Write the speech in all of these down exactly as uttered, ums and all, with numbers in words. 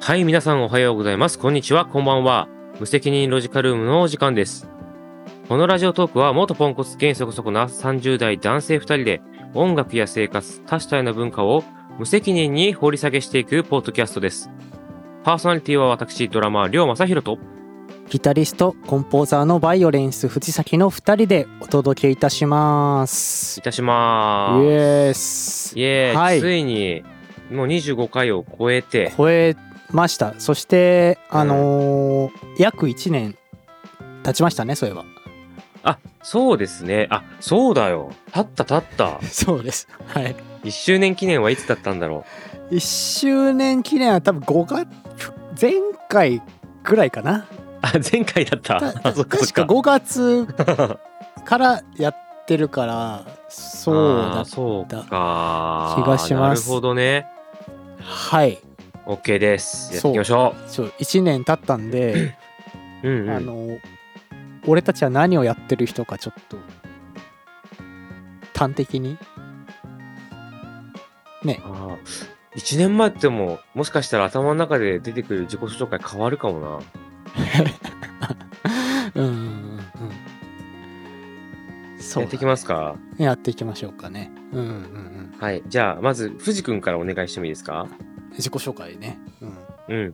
はい、皆さんおはようございます。こんにちは、こんばんは。無責任ロジカルームのお時間です。このラジオトークは元ポンコツ現そこそこなさんじゅう代男性ふたりで音楽や生活、多種多様な文化を無責任に掘り下げしていくポッドキャストです。パーソナリティは私、ドラマー、りょうまさひろとギタリスト、コンポーザーのバイオレンス藤崎のふたりでお届けいたします。 いたしまイーエス。 す。イエーイ、 はいついにもうにじゅうごかいを超えて超えました。そしてあのー約いちねん経ちましたね、そういえば。 あ、そうですね。あ、そうだよ。経った経った。 そうです。はい。 いっしゅうねん記念はいつだったんだろいっしゅうねん記念は多分ごがつ、前回ぐらいかな。 う。あ、前回だった。 たあ、そっかそっ確かか。 ごがつからやってるから、そうだあーっそうたか気がします。 なるほどね。 はい。 OK です。やってそういきましょそういちねん経ったんでう。うんうん。 あの俺たちは何をやってる人かちょっと端的にね。 あーいちねんまえってももしかしたら頭の中で出てくる自己紹介変わるかもな。 うんうんうんうんそうやっていきますか。 やっていきましょうかね。うんうんうんはい。じゃあまず藤くんからお願いしてもいいですか。 自己紹介ね。うんうん。 う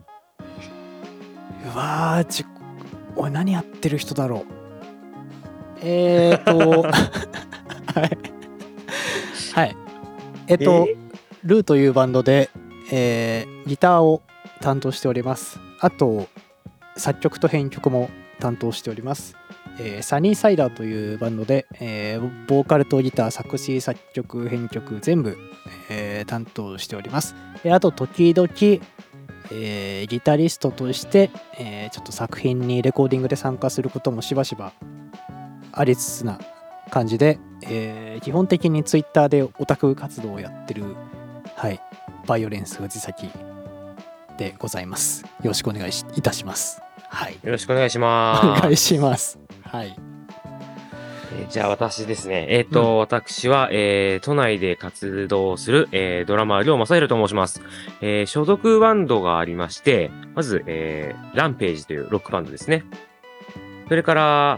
わーじ俺何やってる人だろう。えーとはいはいえっと、 えルーというバンドで、えーギターを担当しております。あと作曲と編曲も担当しております。えーサニーサイダーというバンドで、えーボーカルとギター、作詞、作曲、編曲全部、えー担当しております。えーあと時々、えーギタリストとして、えーちょっと作品にレコーディングで参加することもしばしばありつつな感じで、えー基本的にツイッターでオタク活動をやってる、はい、バイオレンス藤崎でございます。よろしくお願いしいたします。はい。 よろしくお願いしおます。 願いします。はい。 えーじゃあ私ですね。えっ、と、 うん私は、えー都内で活動する、えードラマー、りょうまさひろと申します。えー所属バンドがありまして、まず、えーランページというロックバンドですね。それから、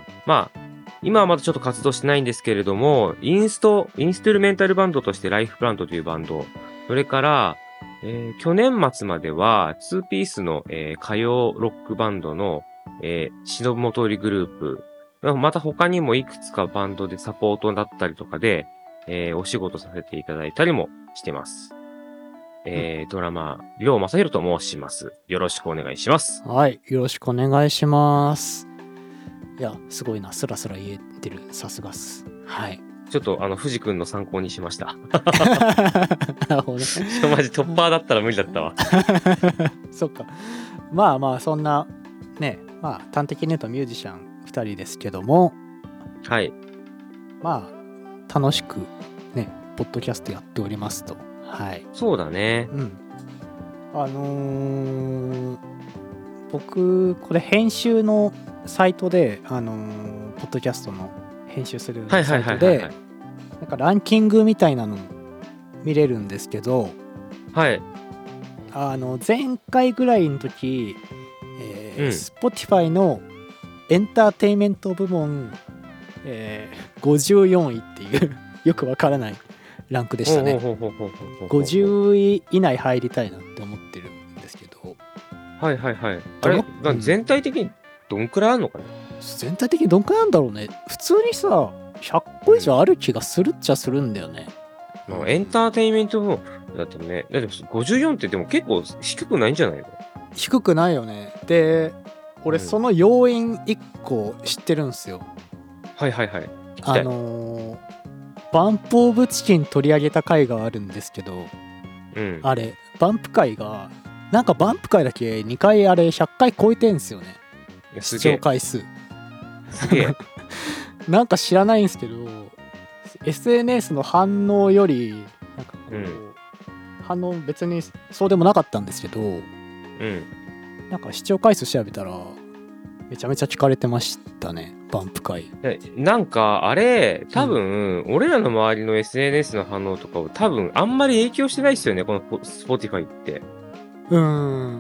まあ、今はまだちょっと活動してないんですけれども、インスト、インストゥルメンタルバンドとしてライフプラントというバンド、それから、えー去年末まではツーピースの、えー歌謡ロックバンドの、えー、忍元りグループ、また他にもいくつかバンドでサポートだったりとかで、えーお仕事させていただいたりもしてます。えードラマー、りょうまさひろと申します。よろしくお願いします。 はい。よろしくお願いします。いや、すごいな。スラスラ言えてる。さすがっす。はい。 ちょっとあの、藤くんの参考にしました。 なるほどね。 マジトッパーだったら無理だったわ。 そっか。まあまあ、そんな、ね、まあ、端的に言うとミュージシャンふたりですけども、 はい。 まあ、楽しくね、ポッドキャストやっておりますと。はい。 そうだね。 うん。あのー僕、これ編集のサイトで、あのーポッドキャストの編集するはいはサイトいはいはい、はでい。、 なんかランキングみたいなの見れるんですけど、 はい。 あの、前回ぐらいの時、えーうん Spotify のエンターテインメント部門、えーごじゅうよんいっていうよくわからないランクでしたね。 ほうほうほうほうほうほうほうごじゅうい以内入りたいなって思ってるんですけど、 はいはいはい。あどのれ、なうん全体的にどんくらいあるのかな。 全体的にどんくらいなんだろうね。普通にさ、ひゃっこ以上ある気がするっちゃするんだよね。 まあエンターテインメントも、だってね、だってごじゅうよんってでも結構低くないんじゃないの。 低くないよね。で、俺うんその要因いっこ知ってるんですよ。 はいはいはい。聞きたい。 あのーバンプオブチキン取り上げた回があるんですけど、 うん。 あれバンプ回がなんかバンプ回だけにかいあれひゃっかい超えてんすよね、視いやすげえ。 聴回数。 すげえ。 なんか知らないんですけど エスエヌエス の反応よりなんかこう、 うん反応別にそうでもなかったんですけど、 うん。 なんか視聴回数調べたらめちゃめちゃ聞かれてましたね、バンプ回。 でなんか、あれ、多分、俺らの周りの エスエヌエス の反応とかを多分、あんまり影響してないっすよね、このポ Spotify って。 うーん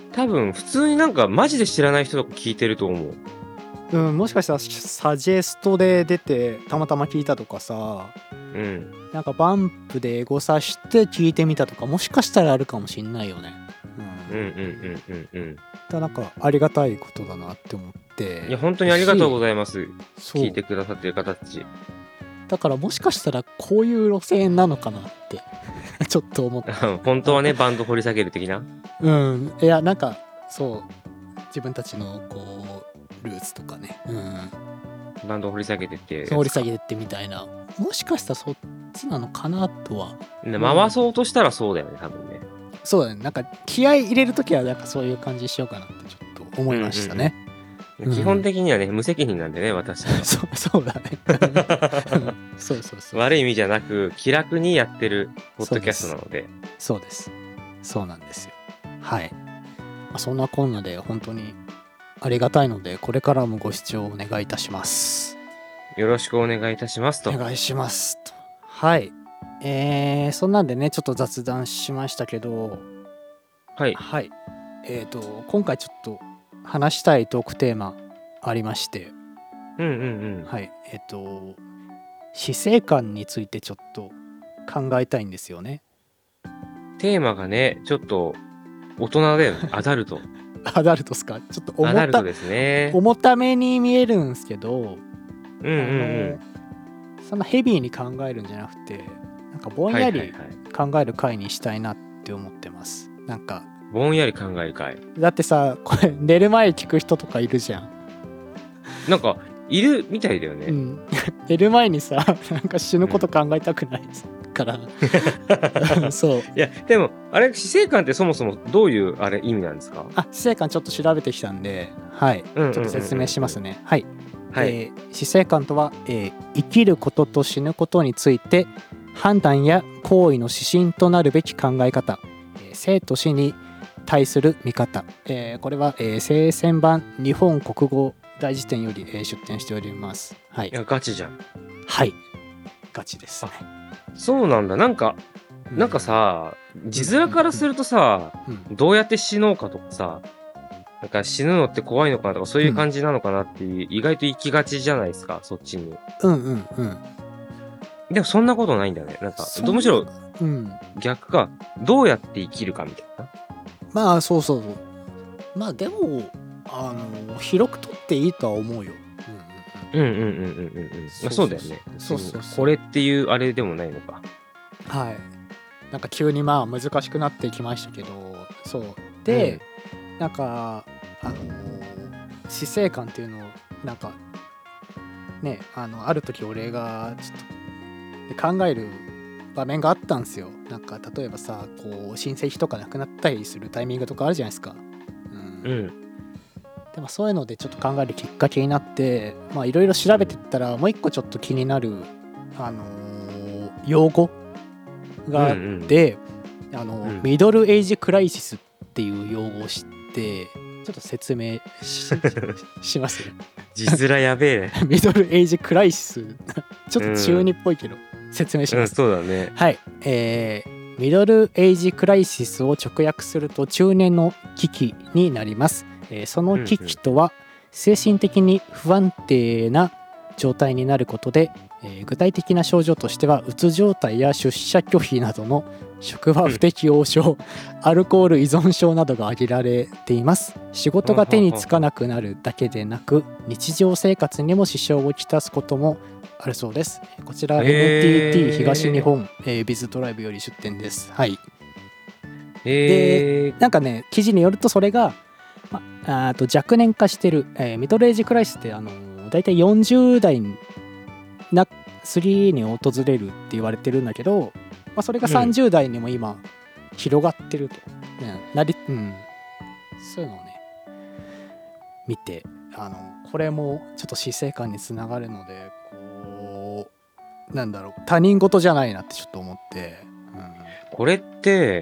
多分普通になんかマジで知らない人とか聞いてると思う。 うん、もしかしたらサジェストで出てたまたま聞いたとかさ、 うん。 なんかバンプでエゴサして聞いてみたとか、もしかしたらあるかもしんないよね。 うんうんうんうんうん。 だからなんかありがたいことだなって思っていや本当にありがとうございます。 そう聞いてくださってる方たち。 だからもしかしたらこういう路線なのかなってちょっと思った。 本当はねバンド掘り下げる的な。 うんいやなんかそう自分たちのこうルーツとかね、うん、 バンド掘り下げてって掘り下げてってみたいな、もしかしたらそっちなのかなとは。 回そうとしたらそうだよね多分ね。 そうだね、なんか気合い入れるときはなんかそういう感じしようかなってちょっと思いましたね。 うんうんうん、基本的にはね無責任なんでね私は。 そうそうだね。そうそうそう。 悪い意味じゃなく気楽にやってるポッドキャストなので。 そうです。そうです。そうなんですよ。はい。まあ、そんなこんなで本当にありがたいのでこれからもご視聴お願いいたします。 よろしくお願いいたしますと。 お願いしますと。はい。えー、そんなんでねちょっと雑談しましたけど、 はいはい。えっと今回ちょっと話したいトークテーマありまして、 うんうんうん。 はい。えっと死生観についてちょっと考えたいんですよね。 テーマがねちょっと大人だよね。アダルト。 アダルトっすか。ちょっと重たアダルトですね。 重ために見えるんですけど、 うんうんうん。 そんなヘビーに考えるんじゃなくて、なんかぼんやり考える回にしたいなって思ってます。なんかぼんやり考える回。 だってさ、これ寝る前聞く人とかいるじゃん。 なんかいるみたいだよね。 うん、寝る前にさ、なんか死ぬこと考えたくないから。そう。 いやでもあれ死生観ってそもそもどういうあれ意味なんですか？ あ、死生観ちょっと調べてきたんで、はい、ちょっと説明しますね。はい。 はい、 えー、死生観とは、えー、生きることと死ぬことについて判断や行為の指針となるべき考え方、えー、生と死に対する見方、えー、これは、えー、聖戦版日本国語大辞典より、えー、出展しております。はい。 いやガチじゃん。 はい。ガチですね。 そうなんだ。なんか、うん、なんかさ字面からするとさ、うんうん、どうやって死のうかとかさ、なんか死ぬのって怖いのかなとかそういう感じなのかなっていう、うん、意外と行きがちじゃないですかそっちに。 うんうんうん。 でもそんなことないんだね。なんかむしろ、うん、逆かどうやって生きるかみたいな。 まあそうそうそう。まあでもあの広くとっていいとは思うよ。 うんうんうんうんうんうんうん。そうだよね。そうそうそう。これっていうあれでもないのか。 はい。なんか急にまあ難しくなってきましたけど、そうで、うん、なんかあの死生観っていうのをなんかねあのある時俺がちょっと考える場面があったんですよ。なんか例えばさこう親戚とか亡くなったりするタイミングとかあるじゃないですか。うん。うんでもそういうのでちょっと考えるきっかけになってまあいろいろ調べてったらもう一個ちょっと気になるあのー、用語があって、うんうん、あの、うん、ミドルエイジクライシスっていう用語を知ってちょっと説明 し, しますね。 字面やべえね。 ミドルエイジクライシスちょっと中二っぽいけど、うん、説明します、 うん、そうだね。 はい、えー、ミドルエイジクライシスを直訳すると中年の危機になります。えー、その危機とは精神的に不安定な状態になることで、えー、具体的な症状としてはうつ状態や出社拒否などの職場不適応症、うん、アルコール依存症などが挙げられています。仕事が手につかなくなるだけでなく日常生活にも支障をきたすこともあるそうです。こちら エヌティーティー 東日本、えー、ビズドライブより出展です。はい。でなんかね記事によるとそれがまあ、あと若年化してる、えー、ミドルエイジクライシスってあのー、だいたいよんじゅう代なスリーに訪れるって言われてるんだけど、まあ、それがさんじゅう代にも今広がってると、うんねなりうん、そういうのをね見てあのこれもちょっと死生観につながるのでこうなんだろう他人事じゃないなってちょっと思って、 うん、これって、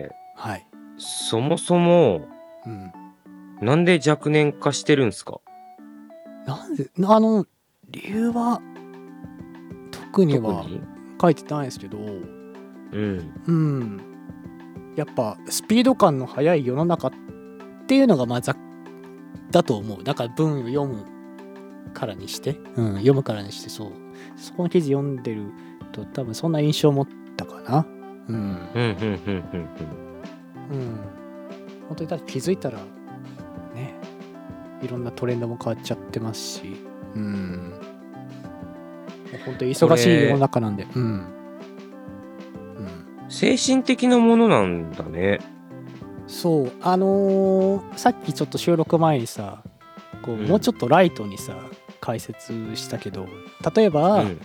はい、 そもそも、うんなんで若年化してるんですか？ なんであの理由は特には書いてないですけど、うん、うん、やっぱスピード感の速い世の中っていうのがまあざだと思う。だから文を読むからにして、うん、読むからにしてそうそこの記事読んでると多分そんな印象を持ったかな。うんうんうんうんうんうん本当にだって気づいたらねいろんなトレンドも変わっちゃってますし、うんもう本当に忙しい世の中なんで、うん、うん、 精神的なものなんだね。 そうあのーさっきちょっと収録前にさこう、 うんもうちょっとライトにさ解説したけど例えば、 うん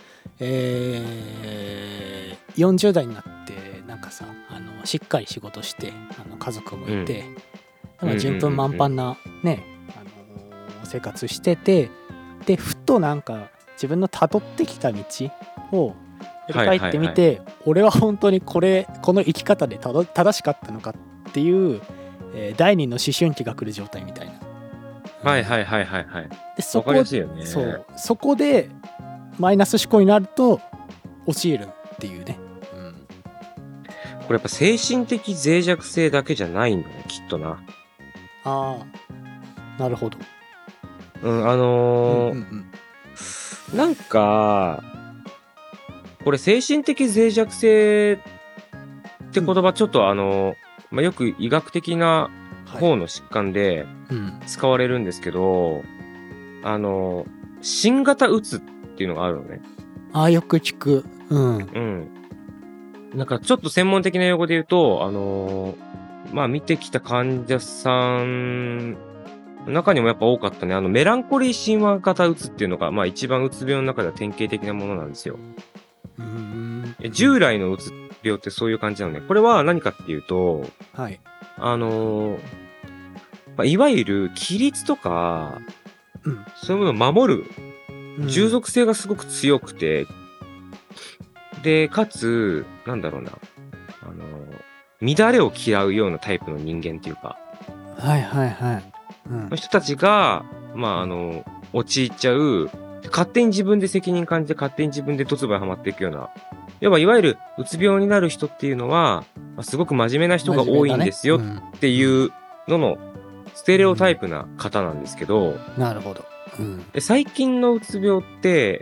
えー、よんじゅう代になってなんかさあのしっかり仕事してあの家族もいて、 うんまあ順風満帆なね、あのー生活しててでふとなんか自分の辿ってきた道を振り返ってみて、 はい俺は本当にこれこの生き方でたど正しかったのかっていう、えー第二の思春期が来る状態みたいな。 はいはいはいはいはい。わでそこかりやすいよね。 そうそこでマイナス思考になると陥るっていうね、うん、 これやっぱ精神的脆弱性だけじゃないんだね、きっとな。 ああなるほど、 うん、あのーうんうんうんなんか、これ精神的脆弱性って言葉ちょっとあの、まあ、よく医学的なはい方の疾患でうん、 使われるんですけど、あの、新型うつっていうのがあるのね。 ああよく聞く、うんうん。なんかちょっと専門的な用語で言うと、あのーまあ見てきた患者さんの中にもやっぱ多かったね。あのメランコリー神話型うつっていうのが、まあ一番うつ病の中では典型的なものなんですよ。 うん従来のうつ病ってそういう感じなのね。これは何かっていうと、 はいあのーまあ、いわゆる規律とか、 うんそういうものを守るうん従属性がすごく強くて、で、かつ、なんだろうな、あのー乱れを嫌うようなタイプの人間っていうか、 はいはいはいうんの人たちが、まあ、あの、陥っちゃう、勝手に自分で責任感じて勝手に自分でドツボにはまっていくような、要はいわゆるうつ病になる人っていうのは、まあ、すごく真面目な人が多いんですよ真面目だねっていうののステレオタイプな方なんですけど、 うんなるほど、うんで最近のうつ病って、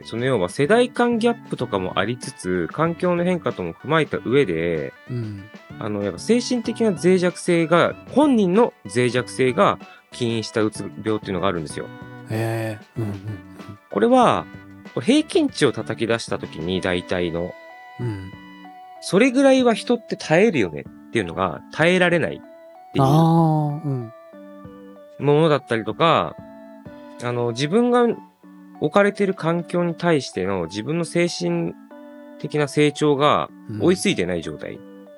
その要は世代間ギャップとかもありつつ、環境の変化とも踏まえた上で、 うんあの、やっぱ精神的な脆弱性が、本人の脆弱性が起因したうつ病っていうのがあるんですよ。 へえうんうんこれは、これ平均値を叩き出した時に大体の、 うんうんそれぐらいは人って耐えるよねっていうのが耐えられないっていうああうんものだったりとか、あの、自分が置かれている環境に対しての自分の精神的な成長が追いついてない状態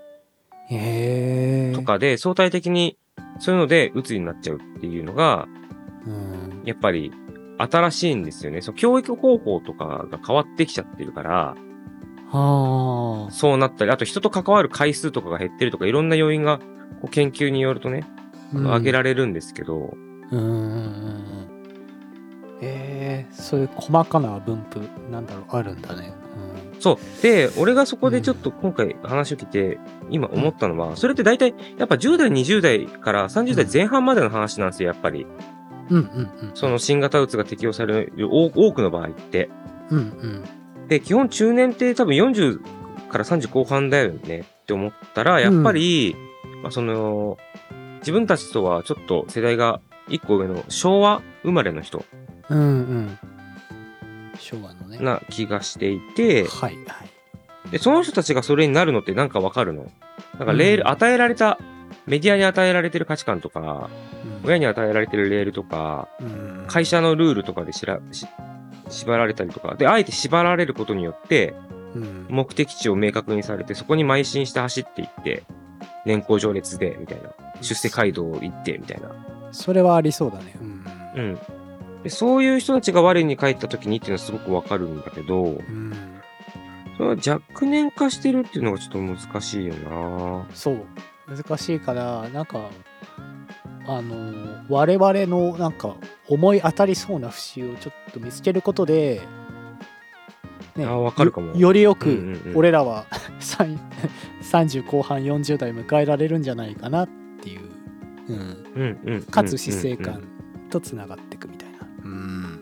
へえとかで、相対的にそういうので鬱になっちゃうっていうのが、 うんやっぱり新しいんですよね。そう、教育方法とかが変わってきちゃってるから、 はあそうなったり、あと人と関わる回数とかが減ってるとか、いろんな要因がこう研究によるとね、挙げられるんですけど、 うんうんうんうんえー、そういう細かな分布なんだろうあるんだね。 そう。で、俺がそこでちょっと今回話を聞いて、今思ったのは、それって大体、やっぱじゅう代、にじゅう代からさんじゅう代前半までの話なんですよ、やっぱり。 うんうんうん。 その新型うつが適用される多多くの場合って。 うんうんで、基本中年って多分よんじゅうからさんじゅう後半だよねって思ったら、やっぱり、まあ、その、自分たちとはちょっと世代がいっこ上の昭和生まれの人うんうん昭和のね。 な気がしていて、 はいはい。 で、その人たちがそれになるのってなんかわかるの。なんかレール、 うん与えられた、メディアに与えられてる価値観とか、 うん親に与えられてるレールとか、 うん会社のルールとかでしらし縛られたりとか、で、あえて縛られることによって、 うん目的地を明確にされて、そこに邁進して走っていって、年功序列で、みたいな。出世街道を行って、みたいな。 それはありそうだね。うんうん。で、そういう人たちが我に返った時にっていうのはすごくわかるんだけど、 うんそれは若年化してるっていうのがちょっと難しいよな。 そう難しいからなんかあの我々のなんか思い当たりそうな節をちょっと見つけることで、ね、 あわかるかもよよりよくうんうんうん俺らはさんさんじゅう後半よんじゅう代迎えられるんじゃないかなっていう、ううん、 うんうん。 かつ死生うんうん観とつながっていくみたいな、うん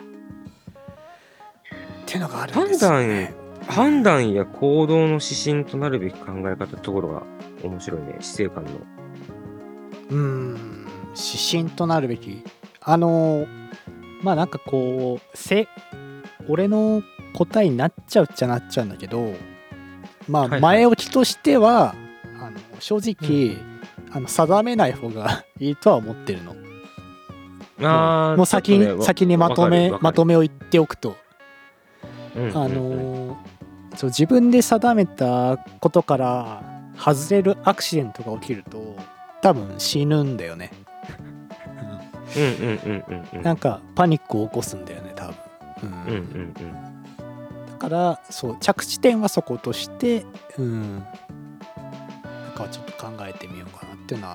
っていうのがあるん判ですよね。 断、判断や行動の指針となるべき考え方ってところが面白いね。死生観の。 うーん指針となるべきあのまあなんかこうせ俺の答えになっちゃうっちゃなっちゃうんだけど、まあはいはい前置きとしては、あの正直、あの定めない方がいいとは思ってるの。 あー、 もう先に、 ちょっとねわ先にまとめわかるわかるまとめを言っておくと、 うんうんうんあのそう自分で定めたことから外れるアクシデントが起きると多分死ぬんだよね。 うんうんうんうんうん。 なんかパニックを起こすんだよね多分。うんうんうんうん。 だからそう着地点はそことして、うん、なんかちょっと考えてみようかなっていうのは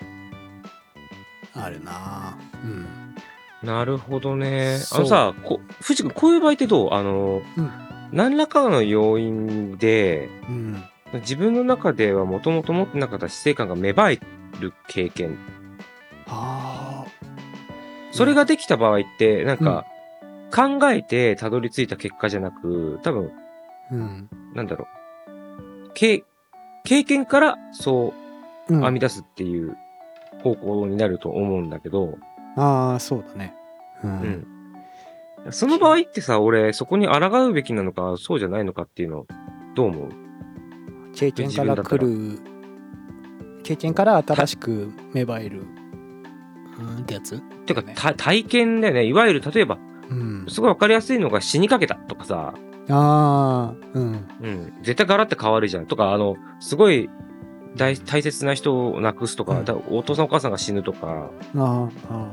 あるな。うんなるほどね。あそうのさ、こ藤君、こういう場合ってどうあの、 うん何らかの要因で、 うん自分の中ではもともと持ってなかった死生観が芽生える経験。 ああそれができた場合って、なんか、考えてたどり着いた結果じゃなく、多分、 うんなんだろう。経経験からそううん編み出すっていう方向になると思うんだけど、 ああそうだねううんん。その場合ってさ、俺、そこに抗うべきなのか、そうじゃないのかっていうの、どう思う？ 経験から来る経験から新しく芽生えるうんってやつてか、 ねた体験だよね。いわゆる、例えば、 うんすごいわかりやすいのが死にかけたとかさ、 ああうんうん、絶対ガラッて変わるじゃん。とか、あの、すごい大大切な人を亡くすとか、 うんだお父さんお母さんが死ぬとか、 あーあ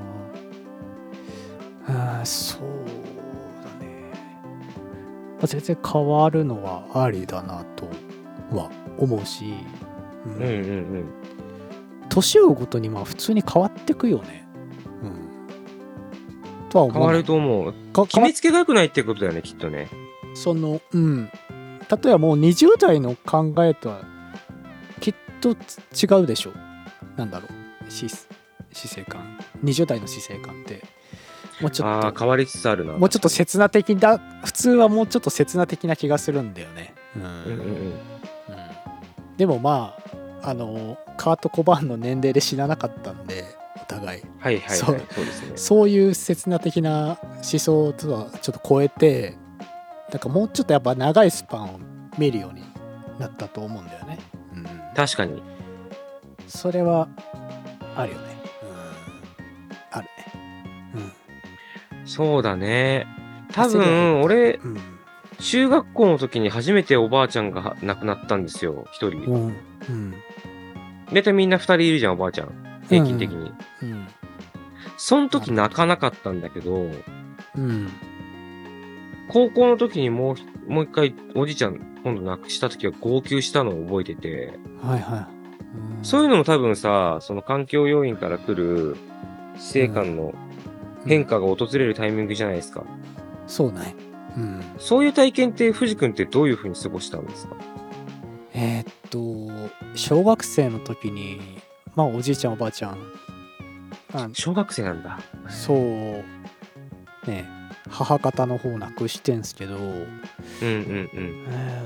ーあーそうだね、まあ全然変わるのはありだなとは思うし、うんうんうんうん。 年を追うごとにまあ普通に変わってくよね、うん、とは思う変わると思う。 か決めつけが良くないってことだよね、きっとね。 そのうん例えばもうにじゅう代の考えとはきっと違うでしょう。なんだろう死死生観にじゅう代の死生観ってもうちょっとああ、変わりつつあるな。 もうちょっと刹那的だ普通はもうちょっと刹那的な気がするんだよね。うんうんうんうん。 うんでもまああのカート・コバーンの年齢で死ななかったんでお互いはいはいはい。 そそううですね。 そういう刹那的な思想とはちょっと超えてなんかもうちょっとやっぱ長いスパンを見るようになったと思うんだよね。うん確かに。 それはあるよね。うんあるね。 そうだね。多焦りは減分、 った俺、 うん中学校の時に初めておばあちゃんが亡くなったんですよ、一人。 うんうん大体みんな二人いるじゃん、おばあちゃん。平均的に。 うんその時泣かなかったんだけど、 うん高校の時にもう、もう一回おじいちゃん今度亡くした時は号泣したのを覚えてて、 はいはい。うんそういうのも多分さ、その環境要因から来る死生観の変化が訪れるタイミングじゃないですか。 そうね。うんそういう体験って藤君ってどういう風に過ごしたんですか？ えーっと小学生の時にまあおじいちゃんおばあちゃんあ小学生なんだ。 そうね母方の方なくしてんすけど、 うんうんうん。 え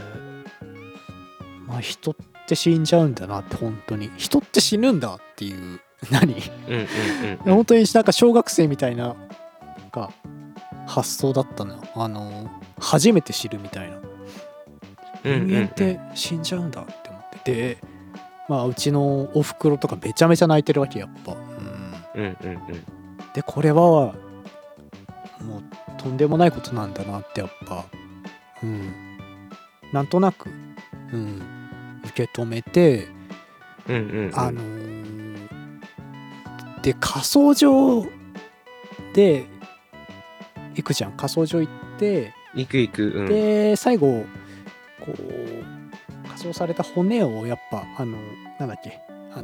ーまあ人って死んじゃうんだなって本当に人って死ぬんだっていう何うんうんうん。 本当になんか小学生みたいななんか発想だったのよ。あの初めて知るみたいなうんうんうん人間って死んじゃうんだって思ってでまあうちのおふくろとかめちゃめちゃ泣いてるわけやっぱ、うん、 うんうんうん。 でこれはもうとんでもないことなんだなってやっぱ、うん、なんとなく、うん、受け止めて、 うんうんうん。 あのーで火葬場で行くじゃん火葬場行って行く行く。うん。 で最後こう火葬された骨をやっぱあのなんだっけあの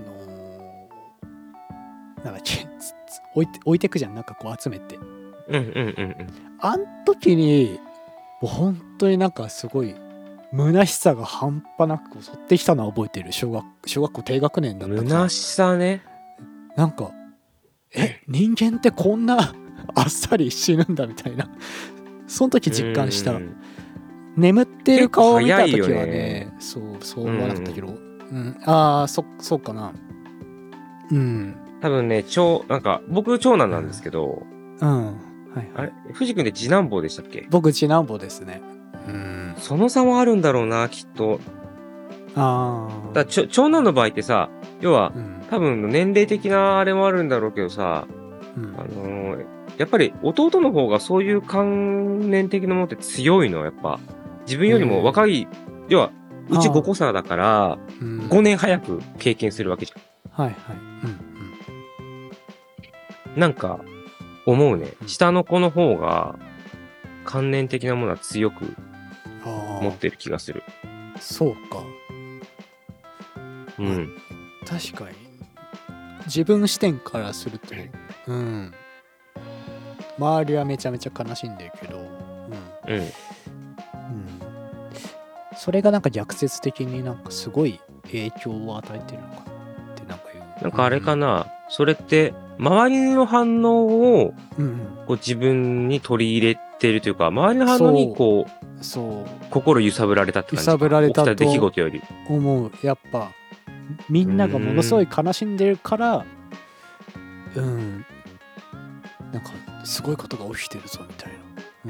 ーなんだっけつつ置いて置いてくじゃんなんかこう集めてうんうんうんうん。 あん時にもう本当になんかすごい虚しさが半端なく襲ってきたのは覚えてる小学小学校低学年だったから虚しさね。 なんかえ人間ってこんなあっさり死ぬんだみたいなその時実感したうん。 眠ってる顔を見た時は結構早いよねねそうそう思わなかったけど、うん、ああそそうかなうん多分ね、長、なんか、僕長男なんですけど、 うんはいはいあれ、藤君って次男坊でしたっけ？ 僕次男坊ですねうんその差もあるんだろうな、きっと。 あだちょ長男の場合ってさ、要は、 あうん多分年齢的なあれもあるんだろうけどさ、 うんあのーやっぱり弟の方がそういう観念的なものって強いの、やっぱ。自分よりも若い、要は、うちあーごこ差だから、 うんごねん早く経験するわけじゃはいはいうんん。なんか、思うね。 うん下の子の方が、観念的なものは強くうんあ持ってる気がする。 あそうかうん。 確かに自分視点からするとうん周りはめちゃめちゃ悲しんでるけどうんうん。 うんそれがなんか逆説的になんかすごい影響を与えてるのかなってなんか言うなんかあれかな、それって、周りの反応を、 うんうんこう自分に取り入れてるというか、周りの反応にそうこう、 そう心揺さぶられたって感じか。 揺さぶられたと起きた出来事より。 思うやっぱみんながものすごい悲しんでるからうんなんかすごいことが起きてるぞみたいな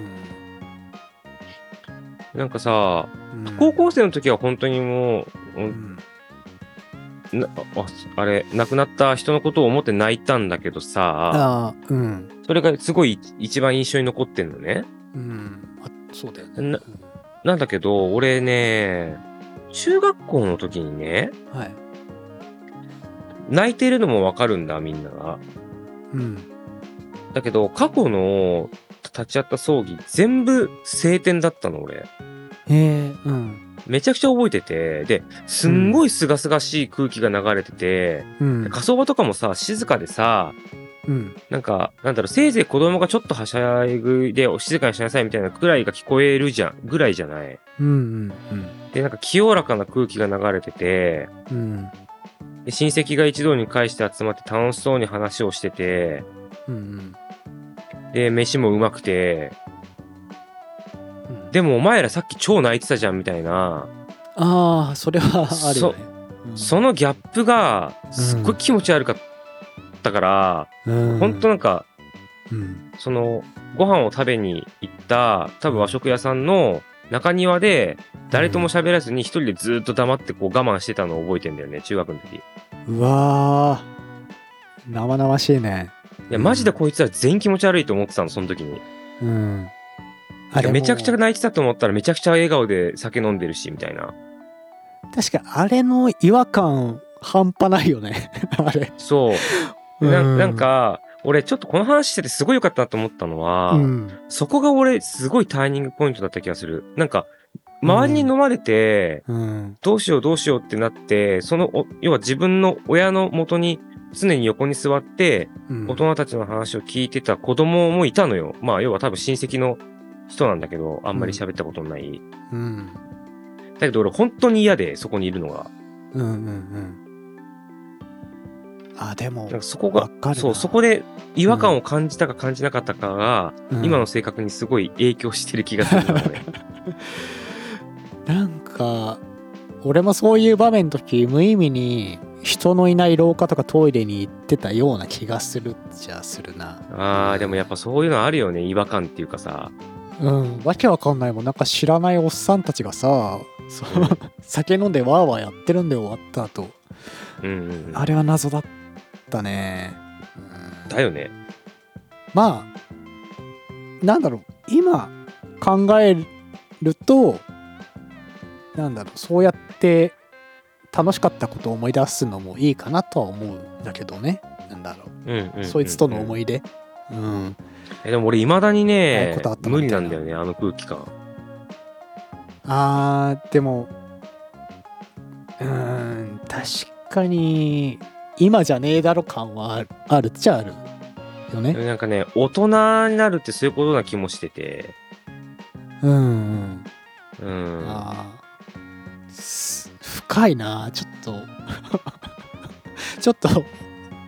なんかさ、 うん、うん、 高校生の時は本当にもう、 うんなああれ、亡くなった人のことを思って泣いたんだけどさ、 ああうんそれがすごい一番印象に残ってんのね。 うんあそうだよねななんだけど、俺ね、中学校の時にね、 うんはい泣いてるのもわかるんだ、みんなが。 うんだけど、過去の立ち会った葬儀、全部晴天だったの、俺。 へえうんめちゃくちゃ覚えてて、で、すんごい清々しい空気が流れてて、 うん火葬場とかもさ、静かでさ、 うんなんか、なんだろう、せいぜい子供がちょっとはしゃぐいで、静かにしなさいみたいなくらいが聞こえるじゃん、ぐらいじゃない。 うんうんで、なんか清らかな空気が流れてて、 うんで親戚が一堂に会して集まって楽しそうに話をしてて、 うんで、飯もうまくて、 うんでもお前らさっき超泣いてたじゃんみたいな、 ああそれはあるよねそのギャップがすっごい気持ち悪かったから、 うんほんとなんか、 うんその、ご飯を食べに行った、多分和食屋さんの中庭で、誰とも喋らずに一人でずーっと黙ってこう我慢してたのを覚えてんだよね、中学の時。いうわー生々しいねや、マジでこいつら全員気持ち悪いと思ってたの、その時に。 うんいやめちゃくちゃでも泣いてたと思ったらめちゃくちゃ笑顔で酒飲んでるし、みたいな。 確かあれの違和感半端ないよねあれそう。ななんか、俺ちょっとこの話しててすごい良かったなと思ったのは、 うんそこが俺すごいターニングポイントだった気がする。なんか、周りに飲まれて、 うんどうしようどうしようってなって、そのお、要は自分の親の元に常に横に座って、 うん大人たちの話を聞いてた子供もいたのよ。まあ、要は多分親戚の人なんだけど、あんまり喋ったことのない。 うんだけど俺本当に嫌で、そこにいるのが。 うんうんうんあでもなんかそこが、 わかるなそう、そこで違和感を感じたか感じなかったかが、 うん今の性格にすごい影響してる気がするのね。 なんか俺もそういう場面の時無意味に人のいない廊下とかトイレに行ってたような気がするじゃするなあー、でもやっぱそういうのあるよね、違和感っていうかさ。 うんわけわかんないもんなんか知らないおっさんたちがさそう、 うん、 酒飲んでワーワーやってるんで終わった後うんうんうん。 あれは謎だったね、うん、 だよね。 まあなんだろう今考えるとなんだろうそうやって楽しかったことを思い出すのもいいかなとは思うんだけどねなんだろう、 うんうんうんうん、 そいつとの思い出うんえでも俺未だにああいうねことあったな無理なんだよね、あの空気感。 あーでもうーん確かに今じゃねえだろ感はあるあるっちゃあるよねなんかね、大人になるってそういうことな気もしてて。 うんうんうん。 あーす深いなちょっとちょっと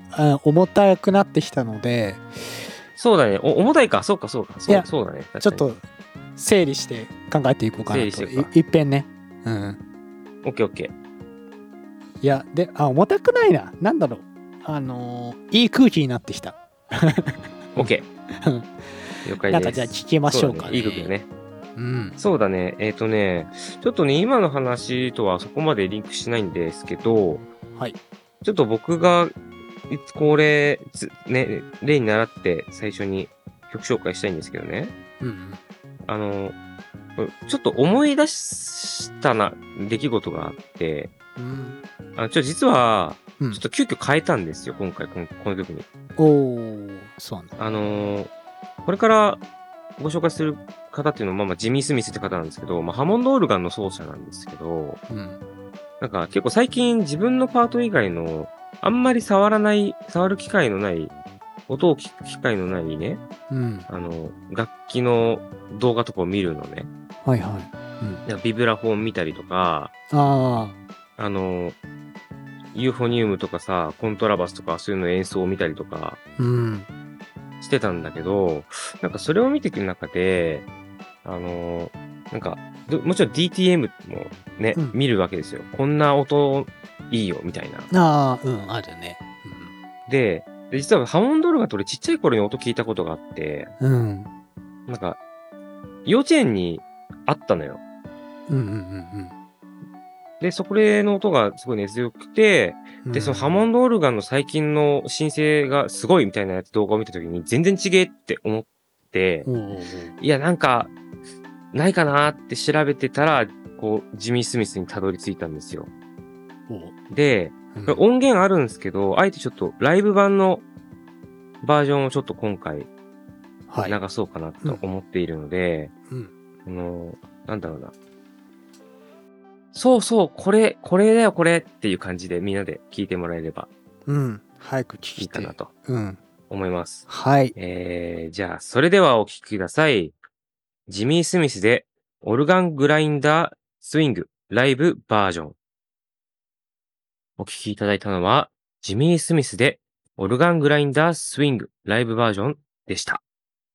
あ重たくなってきたので、 そうだね。お重たいか。そうか、そうか。そういやそうだね。確かにちょっと整理して考えていこうかなと。 整理していくかいいっぺんね。うん。 オッケーオッケー。 いや、で、あ、重たくないな。なんだろう。あのーいい空気になってきた。 オッケうんー。了解です。 なんかじゃあ聞きましょうかね。 そだねいい曲だね。 うん。 そうだね。えっ、とね、ちょっとね、今の話とはそこまでリンクしないんですけど、 はい。 ちょっと僕が、いつこれ、つね、例に習って最初に曲紹介したいんですけどね。 うんあの、ちょっと思い出したな、出来事があって、 うん。うん。 あの、ちょ、実は、 うんちょっと急遽変えたんですよ、今回、このこの曲に。 おー、そうなんだ。 あのーこれからご紹介する方っていうのは、まあまあ、ジミー・スミスって方なんですけど、まあ、ハモンドオルガンの奏者なんですけど、 うん。 なんか結構最近自分のパート以外の、あんまり触らない、触る機会のない、音を聞く機会のないね、 うん。 あの、楽器の動画とかを見るのね。 はいはい。うん。 なんかビブラフォン見たりとか、 ああの、ユーフォニウムとかさ、コントラバスとかそういうの演奏を見たりとかあ。うん。 してたんだけど、なんかそれを見ていく中で、あの、なんか、どもちろん ディーティーエム もね、 うん見るわけですよ。こんな音いいよ、みたいな。 ああ、うん、あるね。 で、で実はハモンドオルガンって俺ちっちゃい頃に音聞いたことがあって、 うん。うん。 なんか、幼稚園にあったのよ。 うんうんうんで、そこでの音がすごい根強くて、 うん。 で、そのハモンドオルガンの最近の申請がすごいみたいなやつ動画を見たときに全然違えって思って、 おーおーいや、なんか、ないかなって調べてたら、こう、ジミー・スミスにたどり着いたんですよ。 おーで、 うんこれ音源あるんですけど、あえてちょっとライブ版のバージョンをちょっと今回はい。 流そうかなと思っているので、 うん。 あの、なんだろうな。そうそう、これ、これだよ、これっていう感じでみんなで聞いてもらえればうん。早く聞きていいかなとうん。 思います。 はい。 えー、じゃあ、それではお聞きください。ジミー・スミスで、オルガングラインダースイングライブバージョン。お聞きいただいたのは、ジミー・スミスで、オルガングラインダースイングライブバージョンでした。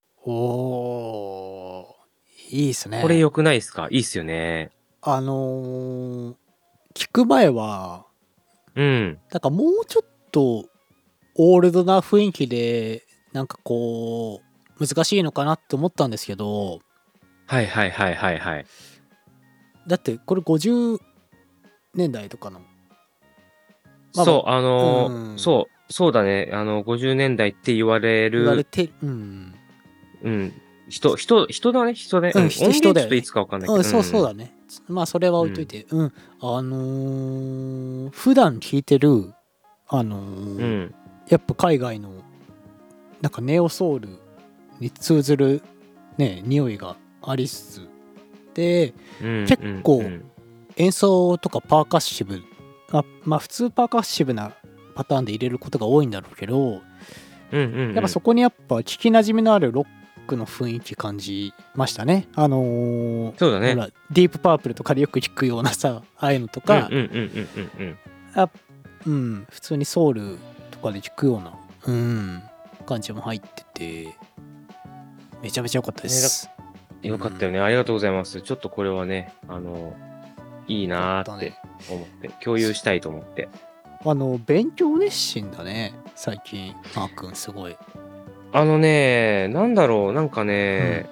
おーいいっすね。 これ良くないですか？いいっすよね。 あのー聞く前は、 うん。 なんかもうちょっとオールドな雰囲気で、なんかこう、難しいのかなって思ったんですけど、 はいはいはいはいはい。 だってこれごじゅうねんだいとかの。まあそう、あのーうんそう、そうだね。あの、ごじゅうねんだいって言われる、 言われて、うん。 うん。人、人、人だね、人ね。 うんうん、 人人だよね音源ちょっといつかわかんないけど。 うん、そうそうだね。 ね。まあそれは置いといて、うん。あのー普段聞いてる、あのーうん。 やっぱ海外の、なんかネオソウルに通ずるね、匂いがありつつ、で、 うん。 結構うん演奏とかパーカッシブ、あまあ普通パーカッシブなパターンで入れることが多いんだろうけど、 うんうんうん。 やっぱそこにやっぱ聞きなじみのあるロックの雰囲気感じましたね。あのーそうだね。 ほらディープパープルとかでよく聞くようなさ、ああいうのとか、 うんうんうんうんうんうん。 あうん、普通にソウルとかで聞くような、うん、感じも入ってて、めちゃめちゃ良かったです。 よかったよね。ありがとうございます。ちょっとこれはね、あの、いいなーって思って、共有したいと思って。 あの、勉強熱心だね、最近、マー君、すごい。 あのね、なんだろう、なんかね、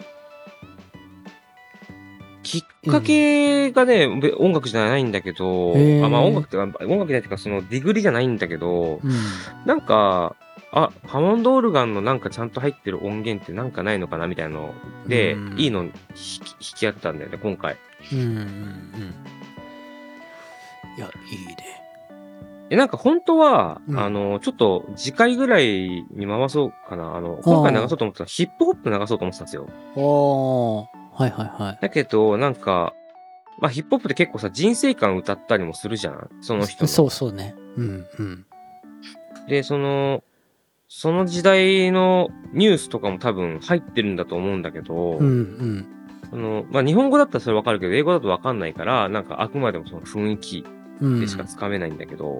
きっかけがね、べ音楽じゃないんだけど、 へーあまあ音楽っていうか、音楽じゃないっていうか、そのディグリじゃないんだけど、 うん。 なんか、あ、ハモンドオルガンのなんかちゃんと入ってる音源ってなんかないのかなみたいなので、 うんいいの弾き弾き合ってたんだよね、今回。 うんうんうん。いや、いいね。 え、なんか本当は、 うんあの、ちょっと次回ぐらいに回そうかな。あの、今回流そうと思ってたヒップホップ流そうと思ってたんですよ。 おー、はいはいはい。 だけど、なんか、まあヒップホップって結構さ、人生観歌ったりもするじゃん。その人の。 そうそうね。うんうん。 で、その、その時代のニュースとかも多分入ってるんだと思うんだけど、 うんうん。 あの、まあ日本語だったらそれわかるけど、英語だとわかんないから、なんかあくまでもその雰囲気うん、 でしかつかめないんだけど、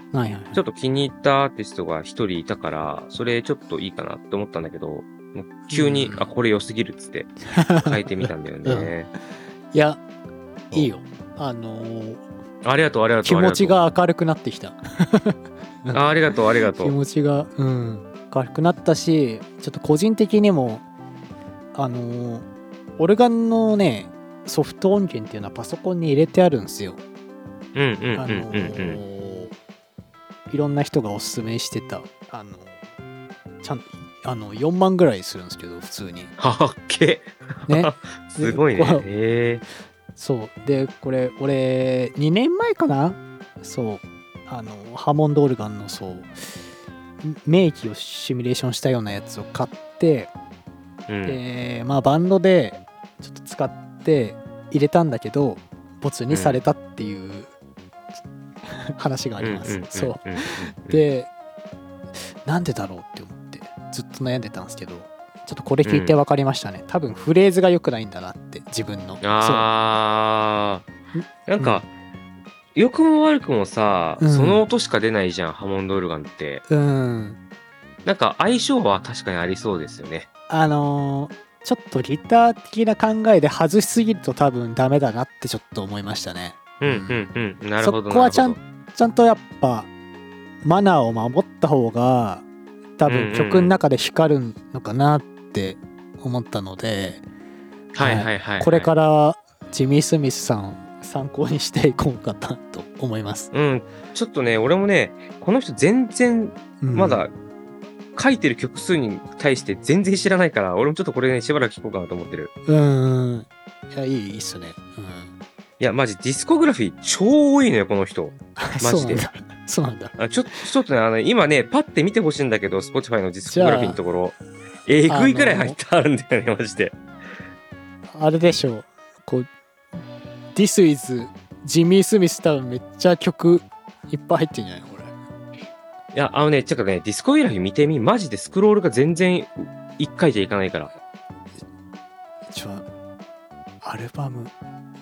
はいはいはい。 ちょっと気に入ったアーティストが一人いたから、それちょっといいかなって思ったんだけど、もう急に、 うんあ、これ良すぎるっつって変えてみたんだよね。 いや、 そういいよ。あのーありがとう、ありがとう。 気持ちありがとう。 が明るくなってきた。 あありがとう、ありがと気う。 持ちが、うん、明るくなったし、ちょっと個人的にも、あのーオルガンのね、ソフト音源っていうのはパソコンに入れてあるんですよ。 うんうんうんうんあのうん。 ーいろんな人がおすすめしてた、あのーちゃんあのよんまんぐらいするんですけど、普通に。 はっけ。 ね。 すごいね。 でこうへえ。 そう。で、これ、俺、にねんまえかなそう。あの、ハーモンドオルガンの、そう、名義をシミュレーションしたようなやつを買って、 うん。 で、まあ、バンドでちょっと使って入れたんだけど、ボツにされたっていう、話があります。 うんうんうんうんそう。 うん。 で、なんでだろうって思って、ずっと悩んでたんですけど、ちょっとこれ聞いて分かりましたね。多分フレーズが良くないんだなって、自分の。 あー。なんか、良くも悪くもさ、 うんその音しか出ないじゃん、ハモンドオルガンって。 そう。うん。 なんか相性は確かにありそうですよね。 あのーちょっとギター的な考えで外しすぎると多分ダメだなってちょっと思いましたね。 うんうんうん。なるほど。 そこはちゃんなるちゃんとやっぱマナーを守った方が多うんうんうん分曲の中で光るのかなって思ったので、 ほど。はいはいはい、はい。 これからジミー・スミスさん参考にしていこうかなと思います。 うん。ちょっとね、俺もね、この人全然うんまだ書いてる曲数に対して全然知らないから、俺もちょっとこれね、しばらく聴こうかなと思ってる。 うん。いや、いい、いいっすね。うん。 いや、マジディスコグラフィー超多いのよ、この人。マジで。 そうなんだ。そうなんだ。 あちょちょっとね、あの、今ね、パッて見てほしいんだけど、Spotify のディスコグラフィーのところ。えぐいぐらい入ってあるんだよね、マジで。 あれでしょう。こう、This is ジミー・スミス多分めっちゃ曲いっぱい入ってんじゃないこれ。 いや、あのね、ちょっとね、ディスコグラフィー見てみ、マジでスクロールが全然一回じゃいかないから。 ちょ、アルバム。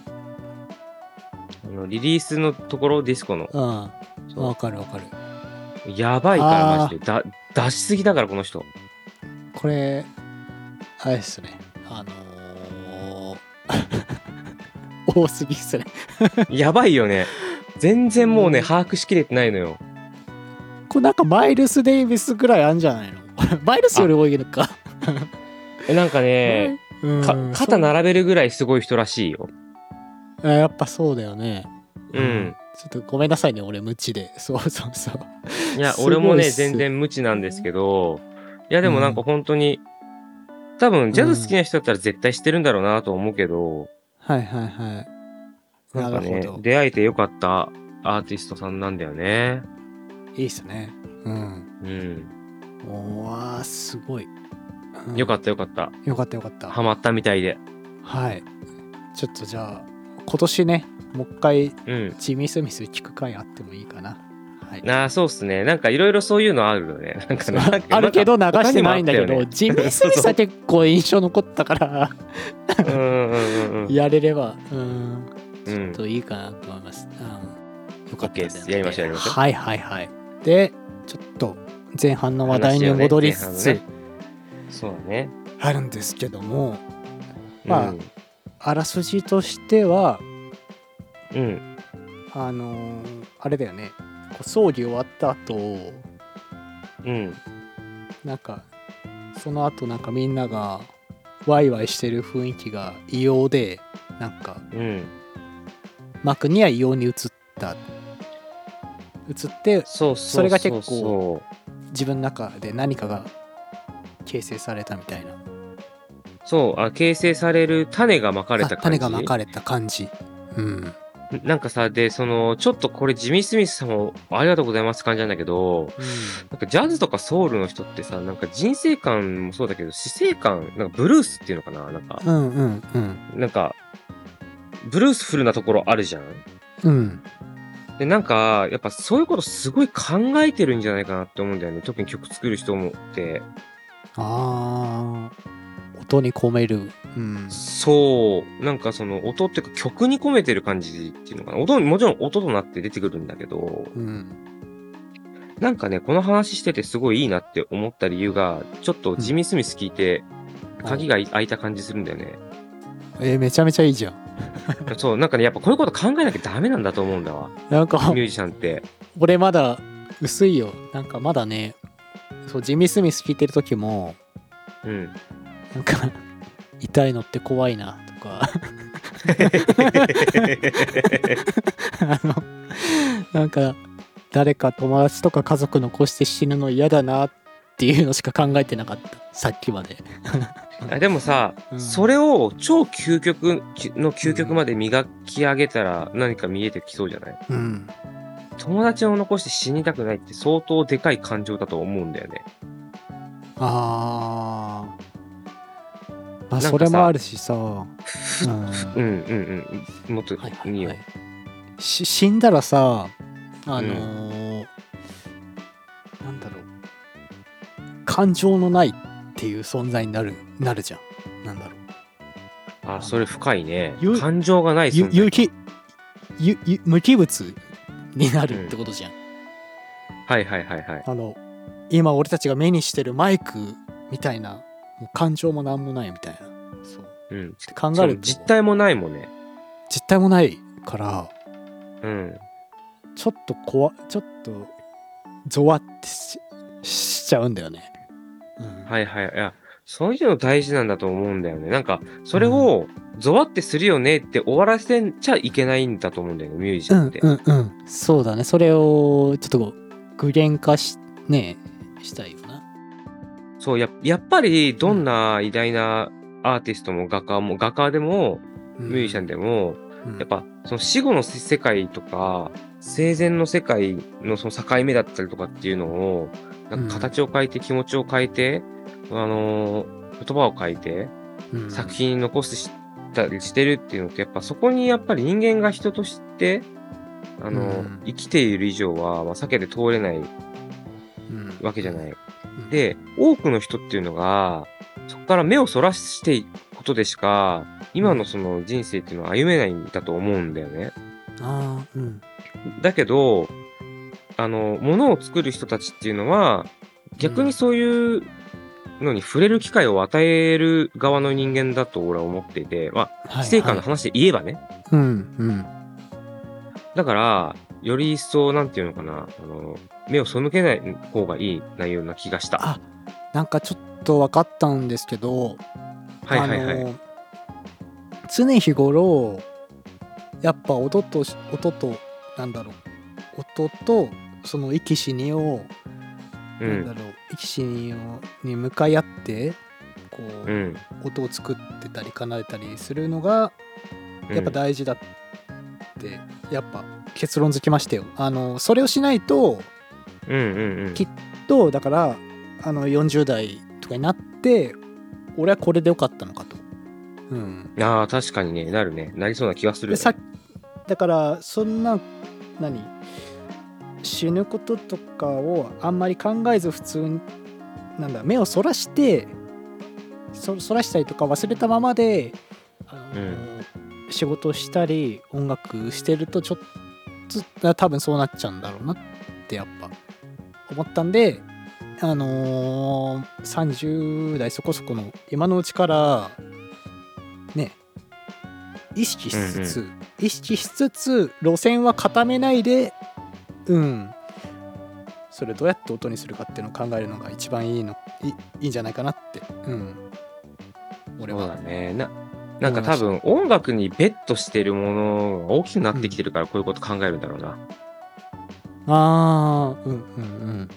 あのリリースのところ、ディスコの。 うん。 そうわかるわかる。 やばいから、 あーマジで。だ、出しすぎだから、この人。 これ、あれですね。あのー、多すぎっすね。 やばいよね。全然もうね、 うん把握しきれてないのよ。 これなんかマイルス・デイビスぐらいあんじゃないのマイルスより多いのか。 えなんかね、 うんか肩並べるぐらいすごい人らしいよ。 そうやっぱそうだよね。 うん。 ちょっとごめんなさいね、俺無知で。そうそうそう。 いや、 すごいっす俺もね、全然無知なんですけど、いや、でもなんか本当に、多分、ジャズ好きな人だったら絶対知ってるんだろうなと思うけど、 はいはいはい。 なんかねなるほ、ど。 出会えてよかったアーティストさんなんだよね。 いいっすね。うん。 うん。 おわー、すごい。うんよかったよかった。 よかったよかった。 ハマったみたいで。 はい。ちょっとじゃあ、今年ね、もう一回、 うん。 ジミー・スミス聞く回あってもいいかな。はい。 ああ、そうっすね。なんかいろいるそういうのあるよね。なんかねなんかあるけど流してないんだけど、 他にもあったよねジミー・スミスは結構印象残ったから、 うんうんうんうん。 やれれば、うん、ちょっうん。 といいかなと思います。うん、よかった OK ですやりましょうやりましょうはいはいはい。で、ちょっと前半の話題に戻りつつ、 話をね前半そうだね。 あるんですけども、まあうん。 あらすじとしては、 うん。 あのーあれだよね、こう葬儀終わった後、 うん。 なんか、その後なんかみんながワイワイしてる雰囲気が異様で、なんか、 うん。 マクには異様に映った。映って、 そうそうそう。 それが結構自分の中で何かが形成されたみたいな。 そう、あ、形成される種がまかれたあ感じ。 種がまかれた感じ。うん。 なんかさ、で、その、ちょっとこれジミー・スミスさんもありがとうございますって感じなんだけど、なんかジャズとかソウルの人ってさ、なんか人生観もそうだけど、死生観、なんかブルースっていうのかななんか、 うんうんうんなんか、ブルースフルなところあるじゃん。 うんで、なんか、やっぱそういうことすごい考えてるんじゃないかなって思うんだよね。特に曲作る人もって。 あー音に込める。うんそう、なんかその音っていうか曲に込めてる感じっていうのかな。音、もちろん音となって出てくるんだけど、 うんなんかね、この話しててすごいいいなって思った理由が、ちょっとジミー・スミス聞いて、鍵が開いた感じするんだよね。 えーめちゃめちゃいいじゃん。 そう、なんかね、やっぱこういうこと考えなきゃダメなんだと思うんだわ。 なんかミュージシャンって。 俺まだ薄いよ。なんかまだね、そうジミー・スミス聞いてる時もうん。 なんか痛いのって怖いなとかあのなんか誰か友達とか家族残して死ぬの嫌だなっていうのしか考えてなかったさっきまで。 あでもさ、 うんそれを超究極の究極まで磨き上げたら何か見えてきそうじゃない？ うん友達を残して死にたくないって相当でかい感情だと思うんだよね。 あーまあなんかさそれもあるしさ、うん、 うんうんうん。もっとはいはいいいよ。 はいし死んだらさあのーなんだろう感情のないっていう存在になるなるじゃん。なんだろうあ、それ深いねゆ。 感情がないゆ存在。 有機ゆゆ無機物になるってことじゃん。 はいはいはいはい。 あの今俺たちが目にしてるマイクみたいなもう感情もなんもないみたいなそううん。 って考そうえると実体もないもんね。 実体もないからうん。 ちょっと怖ちょっとゾワってししちゃうんだよね。うんはいはい。いや、そういうの大事なんだと思うんだよね。なんか、それをゾワってするよねって終わらせちゃいけないんだと思うんだよね、ミュージシうんャンって。 うんうんそうだねそれをちょっとこう具現化しねしたいよな。 そう、ややっぱりどんな偉大なアーティストも画家も、画家でも、ミュージシャンでも、 うんやっぱその死後の世界とか、生前の世界のその境目だったりとかっていうのを、なんか形を変えて、気持ちを変えて、あのー言葉を変えて、 うん作品に残したりしてるっていうのって、やっぱそこにやっぱり人間が人として、あのーうん生きている以上は、まあ、避けて通れないうんわけじゃない。 うんで、多くの人っていうのが、そこから目をそらしていくことでしか、今のその人生っていうのは歩めないんだと思うんだよね。 ああうんだけど、あの、ものを作る人たちっていうのは、逆にそういうのに触れる機会を与える側の人間だと俺は思っていて、まあ、 はい死生観の話で言えばね。 うんうんだから、より一層、なんていうのかな、あの、目を背けない方がいい内容な気がした。 あなんかちょっと分かったんですけどはいはいはい。 あの常日頃やっぱ音と音となんだろう音とその生き死にを、 うん。 なんだろう生き死にをに向かい合ってこう、 うん。 音を作ってたり奏でたりするのがやっぱ大事だって、やっぱ結論づきましたよ。あのそれをしないとうんうんうん。 きっとだからあのよんじゅう代とかになって俺はこれでよかったのかと。うん、 ああ、確かにね、なるね。なりそうな気がするよね。 でさだからそんな何死ぬこととかをあんまり考えず普通になんだ目をそらしてそそらしたりとか忘れたままであの、 うん仕事したり音楽してるとちょっと多分そうなっちゃうんだろうなってやっぱ思ったんであのー、さんじゅう代そこそこの今のうちからね意識しつつ、 う意識しつつ路線は固めないでうんそれどうやって音にするかっていうのを考えるのが一番いいのいいいいんじゃないかなってうん俺そうはだね。な、なんか多分音楽にベットしてるものが大きくなってきてるからこういうこと考えるんだろうな。 ああうんうんうん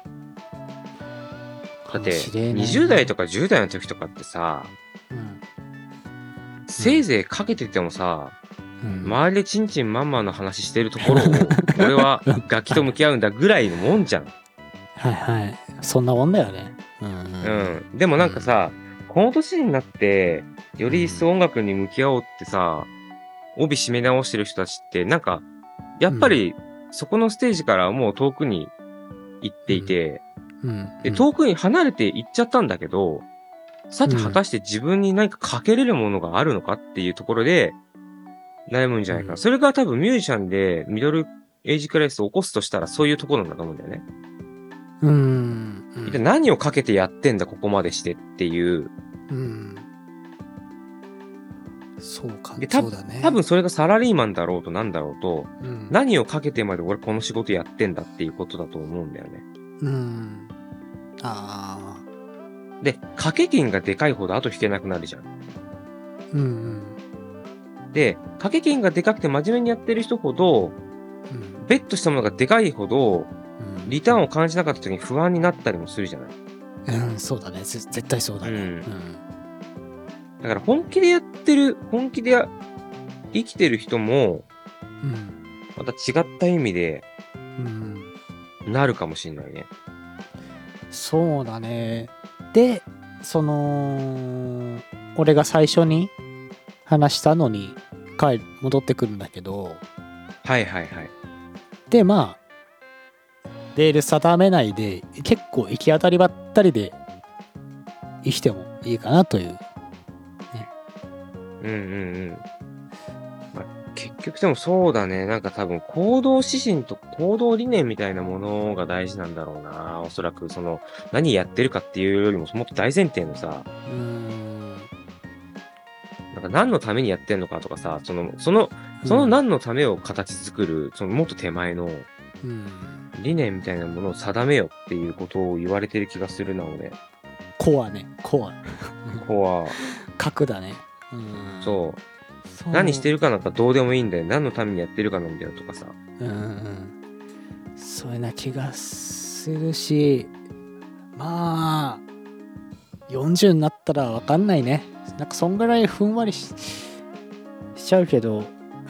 だってかもしれないねにじゅう代とかじゅう代の時とかってさ、 うんせいぜいかけててもさ、 うん周りでチンチンマンマンの話してるところを、俺は楽器と向き合うんだぐらいのもんじゃん。 はいはいそんなもんだよねうんううんん。でもなんかさ、この年になって、より一層音楽に向き合おうってさ、帯締め直してる人たちって、なんか、やっぱり、そこのステージからもう遠くに行っていて、 うんで、遠くに離れて行っちゃったんだけど、さて果たして自分に何かかけれるものがあるのかっていうところで悩むんじゃないかな。 うんそれが多分ミュージシャンでミドルエイジクライスを起こすとしたらそういうところなんだと思うんだよね。 うん、うん一体何をかけてやってんだ、ここまでしてっていう。 うん。そうか、 で、たそうだね。 多分それがサラリーマンだろうとなんだろうと、 うん、 何をかけてまで俺この仕事やってんだっていうことだと思うんだよね。 うん。ああ。 で、掛け金がでかいほど後引けなくなるじゃん。 うん、うん。 で、掛け金がでかくて真面目にやってる人ほど、 うん、 ベットしたものがでかいほど、 うんリターンを感じなかった時に不安になったりもするじゃない。 うん、そうだね。ぜ絶対そうだね。 うんうん。 だから本気でやってる、本気でや生きてる人も、 うん。 また違った意味でうん。 なるかもしんないね。 そうだね。で、その、俺が最初に話したのに帰る戻ってくるんだけど、 はいはいはい。 で、まあ、レール定めないで、結構行き当たりばったりで生きてもいいかなという。 うんうんうん。まあ、結局でもそうだね。なんか多分行動指針と行動理念みたいなものが大事なんだろうな。おそらくその何やってるかっていうよりももっと大前提のさ、 うーん。 なんか何のためにやってんのかとかさ、その、その、その何のためを形作る、そのもっと手前のうん。 理念みたいなものを定めよっていうことを言われてる気がするな、俺。 コアね、コア。 ここは、 核だね。うん。 そう。 そう。 何してるかなんかどうでもいいんだよ。何のためにやってるかなんだよとかさ。 うんうん。そういうな気がするし、まあ、よんじゅうになったら分かんないね。なんかそんぐらいふんわり し, しちゃうけど、うん。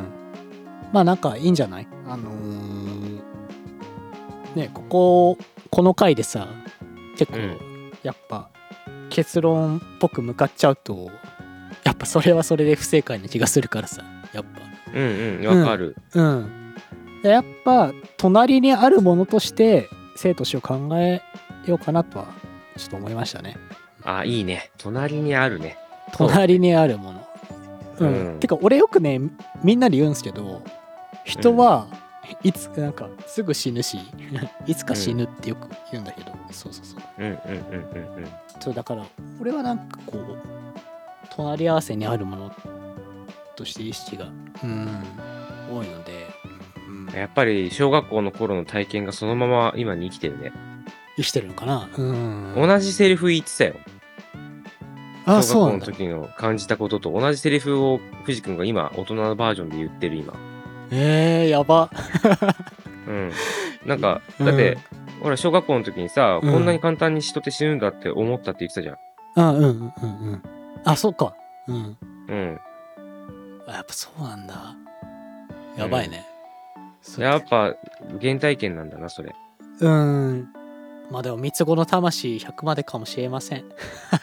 まあなんかいいんじゃない？あのー、ね、ここ、この回でさ、結構、 うんやっぱ結論っぽく向かっちゃうと、やっぱそれはそれで不正解な気がするからさ、やっぱ。 うんうん、わかる。 うん。でやっぱ隣にあるものとして生と死を考えようかなとはちょっと思いましたね。 あ、いいね。隣にあるね。そう隣にあるもの。うん。 うんてか俺よくねみんなで言うんですけど、人はいつなんかすぐ死ぬしいつか死ぬってよく言うんだけど、そうそうそう。 うんうんうんうんうん。 そうだから俺はなんかこう隣り合わせにあるものとして意識がうん多いので、うん、 やっぱり小学校の頃の体験がそのまま今に生きてるね。 生きてるのかな。うん同じセリフ言ってたよ。 あ、 小そうなんだ。 学校の時の感じたことと同じセリフを藤君が今大人のバージョンで言ってる今。 えー、やば。 うん。なんか、だって、ほら小学校の時にさ、 うんこんなに簡単に人って死ぬんだって思ったって言ってたじゃん。 あ、うんうんうんうん。あ、そうか。うん。 うん。 あやっぱそうなんだ。やばいね。そうやっぱ原体験なんだな、それ。 うん。まあでも三つ子の魂ひゃくまでかもしれません。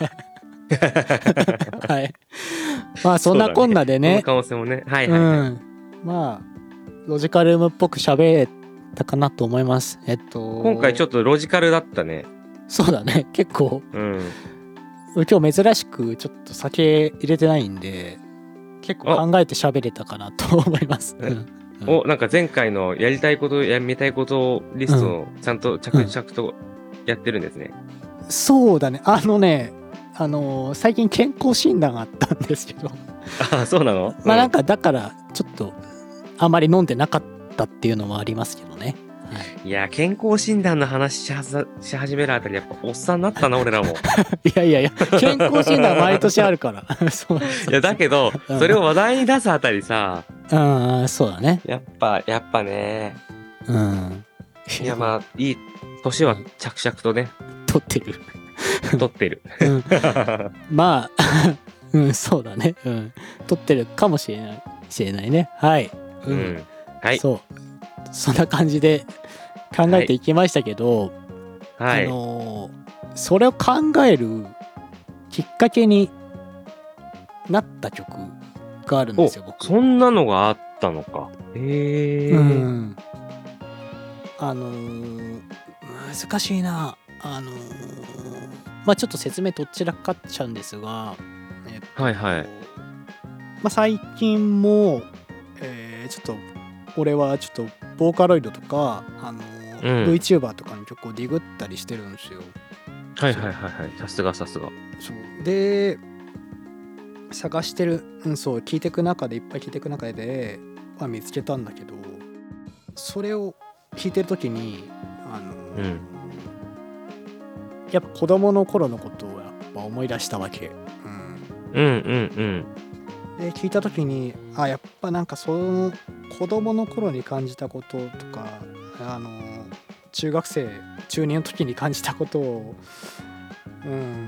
はい。まあそんなこんなでね。 その可能性もね。はいはい、はい。 うん。まあロジカルームっぽく喋れたかなと思います。えっと今回ちょっとロジカルだったね。 そうだね。結構うん。 今日珍しくちょっと酒入れてないんで結構考えて喋れたかなと思います。うんうん、 お、なんか前回のやりたいこと、やめたいことリストをちゃんと着々とやってるんですね。 うん、そうだね。あのね、あのー、最近健康診断があったんですけど。 あ、そうなの？ まあなんかだからちょっとあまり飲んでなかったっていうのもありますけどね。 はい、いや、健康診断の話しはずし始めるあたりやっぱおっさんになったな、俺らも。 いやいやいや、健康診断毎年あるから。そうそうそういや、だけど、 うん、 それを話題に出すあたりさ。 ああ、そうだね。 やっぱ、やっぱね。 うん。 いや、まあ、いい、年は着々とね。 取ってる。 取ってる。 うん、まあ、うん、そうだね。うん。取ってるかもしれない。しれないね。はい。うん。うん、 はい。 そう。そんな感じで考えていきましたけど、 はい。 あのー、それを考えるきっかけになった曲があるんですよ、僕。 そんなのがあったのか。へえ。うん。 あのー、難しいな。あのー、まあちょっと説明とっちらかっちゃうんですが、 えっと、はいはい。 まあ最近も、えー、ちょっと俺はちょっとボーカロイドとか、あのー、 うん VTuber とかの曲をディグったりしてるんですよ。 はいはいはいはい。さすがさすが。 そうで探してる、うん、そう聞いていく中でいっぱい聞いていく中で、まあ、見つけたんだけど、それを聞いてる時にあの、 うん。 やっぱ子供の頃のことをやっぱ思い出したわけ。うんうんうんで聞いた時にあやっぱなんかその子供の頃に感じたこととかあの中学生中にの時に感じたことを、うん、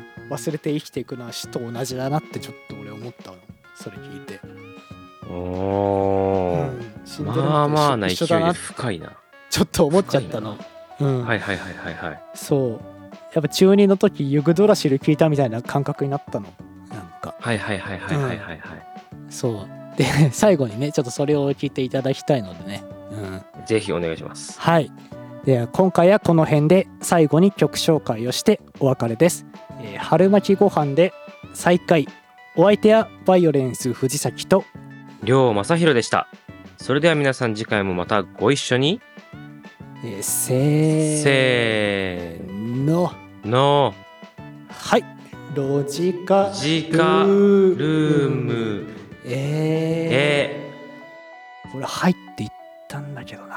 忘れて生きていくのは死と同じだなってちょっと俺思ったの、それ聞いて。 うん。おー。 うん、死んでるのとまあまあな勢いで一緒だなって深いな。 ちょっと思っちゃったの。うんはいはいはいはいはい。 そうやっぱ中にの時ユグドラシル聞いたみたいな感覚になったの、なんか。 はいはいはいはいはいはいはい。 そうで最後にねちょっとそれを聞いていただきたいのでね、うん、 ぜひお願いします。 はいでは今回はこの辺で最後に曲紹介をしてお別れです、えー春巻きご飯で再会。お相手はバイオレンス藤崎と亮正宏でした。それでは皆さん次回もまたご一緒に。 えーせせーのーの。 はいロジカジカルームえへ。 ー、これ入って言ったんだけどな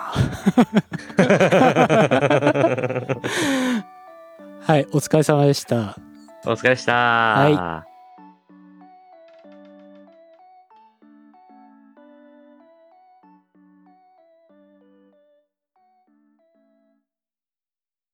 はいお疲れ様でした。 お疲れでした。 は